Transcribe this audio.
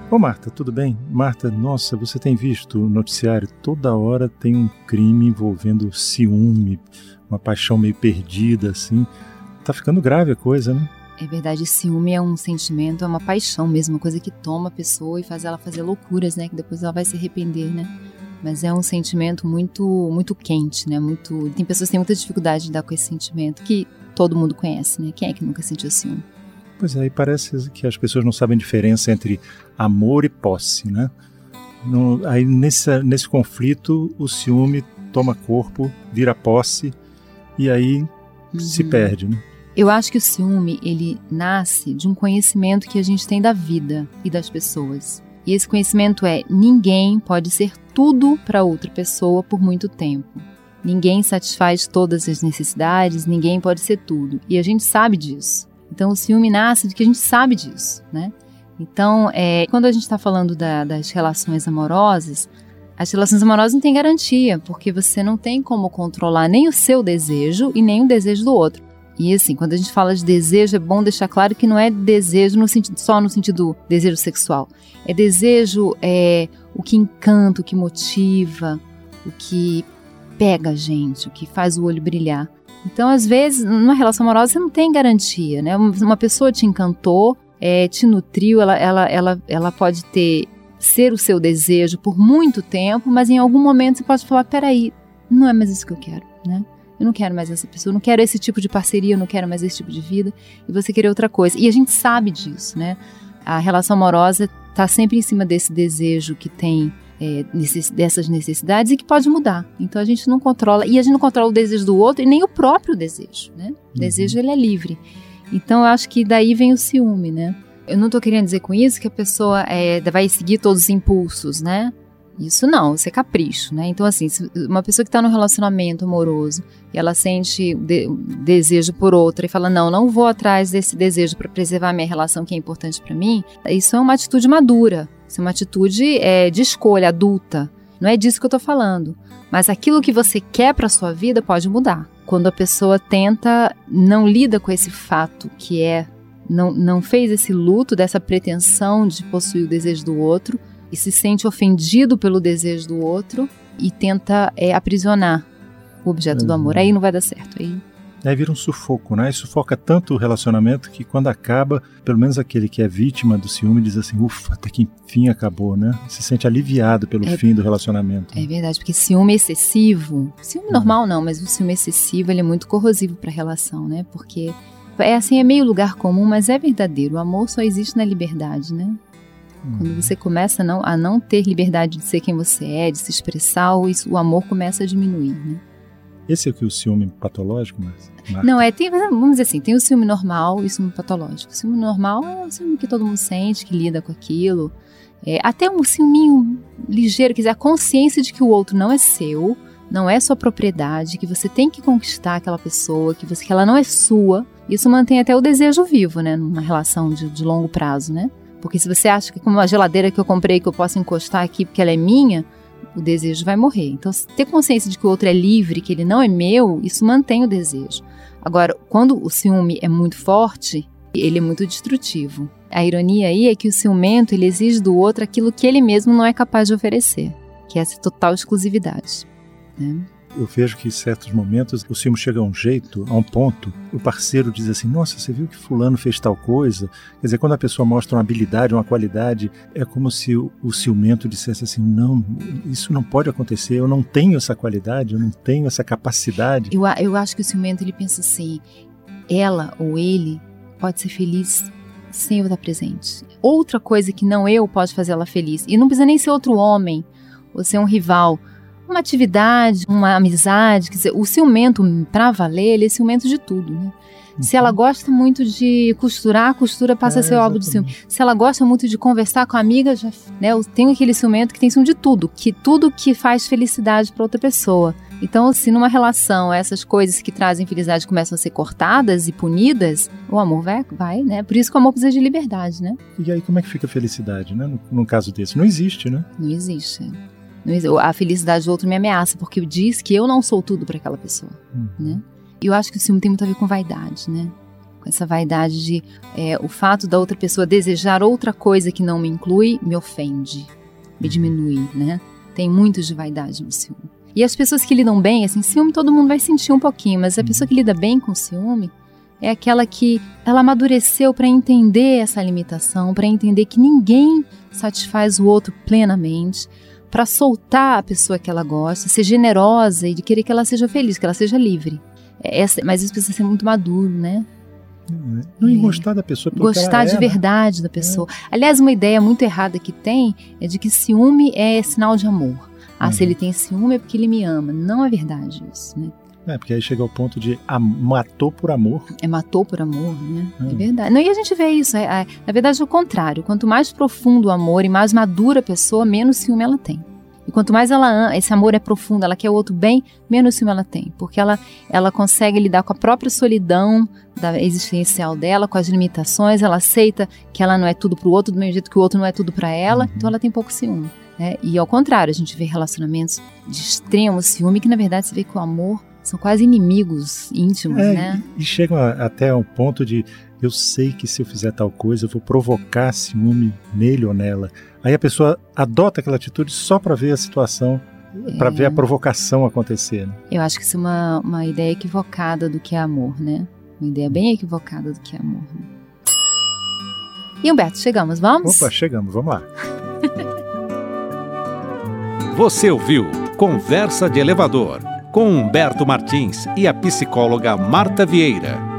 Ô Marta, tudo bem? Marta, nossa, você tem visto o noticiário? Toda hora tem um crime envolvendo ciúme, uma paixão meio perdida, assim. Tá ficando grave a coisa, né? É verdade, ciúme é um sentimento, é uma paixão mesmo, uma coisa que toma a pessoa e faz ela fazer loucuras, né? Que depois ela vai se arrepender, né? Mas é um sentimento muito, muito quente, né? Tem pessoas que têm muita dificuldade de lidar com esse sentimento, que todo mundo conhece, né? Quem é que nunca sentiu ciúme? Pois é, e parece que as pessoas não sabem a diferença entre amor e posse, né? Aí nesse conflito, o ciúme toma corpo, vira posse, e aí se perde, né? Eu acho que o ciúme, ele nasce de um conhecimento que a gente tem da vida e das pessoas. E esse conhecimento é: ninguém pode ser tudo para outra pessoa por muito tempo. Ninguém satisfaz todas as necessidades, ninguém pode ser tudo. E a gente sabe disso. Então o ciúme nasce de que a gente sabe disso, né? Então, quando a gente está falando das relações amorosas, as relações amorosas não têm garantia, porque você não tem como controlar nem o seu desejo e nem o desejo do outro. E assim, quando a gente fala de desejo, é bom deixar claro que não é desejo só no sentido desejo sexual. É desejo, o que encanta, o que motiva, o que pega a gente, o que faz o olho brilhar. Então, às vezes, numa relação amorosa, você não tem garantia, né? Uma pessoa te encantou, te nutriu, ela pode ser o seu desejo por muito tempo, mas em algum momento você pode falar: peraí, não é mais isso que eu quero, né? Eu não quero mais essa pessoa, eu não quero esse tipo de parceria, eu não quero mais esse tipo de vida, e você querer outra coisa. E a gente sabe disso, né? A relação amorosa está sempre em cima desse desejo que tem dessas necessidades e que pode mudar. Então a gente não controla, e a gente não controla o desejo do outro e nem o próprio desejo, né? O desejo, ele é livre. Então eu acho que daí vem o ciúme, né? Eu não estou querendo dizer com isso que a pessoa vai seguir todos os impulsos, né? Isso não, isso é capricho, né? Então, assim, se uma pessoa que está num relacionamento amoroso e ela sente desejo por outra e fala: não vou atrás desse desejo para preservar a minha relação que é importante para mim, isso é uma atitude madura, isso é uma atitude de escolha adulta. Não é disso que eu estou falando. Mas aquilo que você quer para a sua vida pode mudar. Quando a pessoa não lida com esse fato que não fez esse luto dessa pretensão de possuir o desejo do outro, e se sente ofendido pelo desejo do outro e tenta aprisionar o objeto do amor. Aí não vai dar certo. Aí vira um sufoco, né? E sufoca tanto o relacionamento que quando acaba, pelo menos aquele que é vítima do ciúme diz assim: ufa, até que enfim acabou, né? Se sente aliviado pelo fim do relacionamento. É verdade, porque ciúme excessivo, ciúme normal não, mas o ciúme excessivo, ele é muito corrosivo para a relação, né? Porque é meio lugar comum, mas é verdadeiro. O amor só existe na liberdade, né? Quando você começa a não ter liberdade de ser quem você é, de se expressar, o amor começa a diminuir, né? Esse é o ciúme patológico, Marta? Não, vamos dizer assim, tem o ciúme normal e o ciúme patológico. O ciúme normal é o ciúme que todo mundo sente, que lida com aquilo. Até um ciúminho ligeiro, quer dizer, a consciência de que o outro não é seu, não é sua propriedade, que você tem que conquistar aquela pessoa, que ela não é sua. Isso mantém até o desejo vivo, né? Numa relação de longo prazo, né? Porque se você acha que como uma geladeira que eu comprei que eu posso encostar aqui porque ela é minha, o desejo vai morrer. Então, ter consciência de que o outro é livre, que ele não é meu, isso mantém o desejo. Agora, quando o ciúme é muito forte, ele é muito destrutivo. A ironia aí é que o ciumento, ele exige do outro aquilo que ele mesmo não é capaz de oferecer, que é essa total exclusividade, né? Eu vejo que em certos momentos o ciúme chega a um ponto, o parceiro diz assim: nossa, você viu que fulano fez tal coisa? Quer dizer, quando a pessoa mostra uma habilidade, uma qualidade, é como se o ciumento dissesse assim: não, isso não pode acontecer, eu não tenho essa qualidade, eu não tenho essa capacidade. Eu acho que o ciumento, ele pensa assim: ela ou ele pode ser feliz sem eu estar presente. Outra coisa que não eu pode fazer ela feliz. E não precisa nem ser outro homem, ou ser um rival. Uma atividade, uma amizade, quer dizer, o ciumento, pra valer, ele é ciumento de tudo, né? Se ela gosta muito de costurar, a costura passa a ser algo de ciúme. Se ela gosta muito de conversar com a amiga, já, né, eu tenho aquele ciumento que tem ciúme de tudo que faz felicidade para outra pessoa. Então, se numa relação essas coisas que trazem felicidade começam a ser cortadas e punidas, o amor vai, né? Por isso que o amor precisa de liberdade, né? E aí como é que fica a felicidade, né? Num caso desse? Não existe, né? Não existe. A felicidade do outro me ameaça, porque diz que eu não sou tudo para aquela pessoa, né? E eu acho que o ciúme tem muito a ver com vaidade, né? com essa vaidade de o fato da outra pessoa desejar outra coisa que não me inclui, me ofende, me diminui, né? Tem muito de vaidade no ciúme. E as pessoas que lidam bem, assim, ciúme todo mundo vai sentir um pouquinho, mas a pessoa que lida bem com ciúme é aquela que ela amadureceu para entender essa limitação, para entender que ninguém satisfaz o outro plenamente, para soltar a pessoa que ela gosta, ser generosa e de querer que ela seja feliz, que ela seja livre. Mas isso precisa ser muito maduro, né? Não gostar da pessoa pelo gostar que ela de verdade da pessoa. Aliás, uma ideia muito errada que tem é de que ciúme é sinal de amor. Se ele tem ciúme é porque ele me ama. Não é verdade isso, né? Porque aí chega ao ponto de matou por amor. Matou por amor, né? É verdade. Não, e a gente vê isso. Na verdade é o contrário. Quanto mais profundo o amor e mais madura a pessoa, menos ciúme ela tem. E quanto mais ela ama, esse amor é profundo, ela quer o outro bem, menos ciúme ela tem. Porque ela consegue lidar com a própria solidão existencial dela, com as limitações, ela aceita que ela não é tudo pro outro, do mesmo jeito que o outro não é tudo para ela, então ela tem pouco ciúme. E ao contrário, a gente vê relacionamentos de extremo ciúme, que na verdade se vê que o amor são quase inimigos íntimos, né? E chegam até um ponto de, eu sei que se eu fizer tal coisa, eu vou provocar ciúme nele ou nela. Aí a pessoa adota aquela atitude só para ver a situação, para ver a provocação acontecer. Né? Eu acho que isso é uma ideia equivocada do que é amor, né? Uma ideia bem equivocada do que é amor. Né? E Humberto, chegamos, vamos? Opa, chegamos, vamos lá. Você ouviu Conversa de Elevador, com Humberto Martins e a psicóloga Marta Vieira.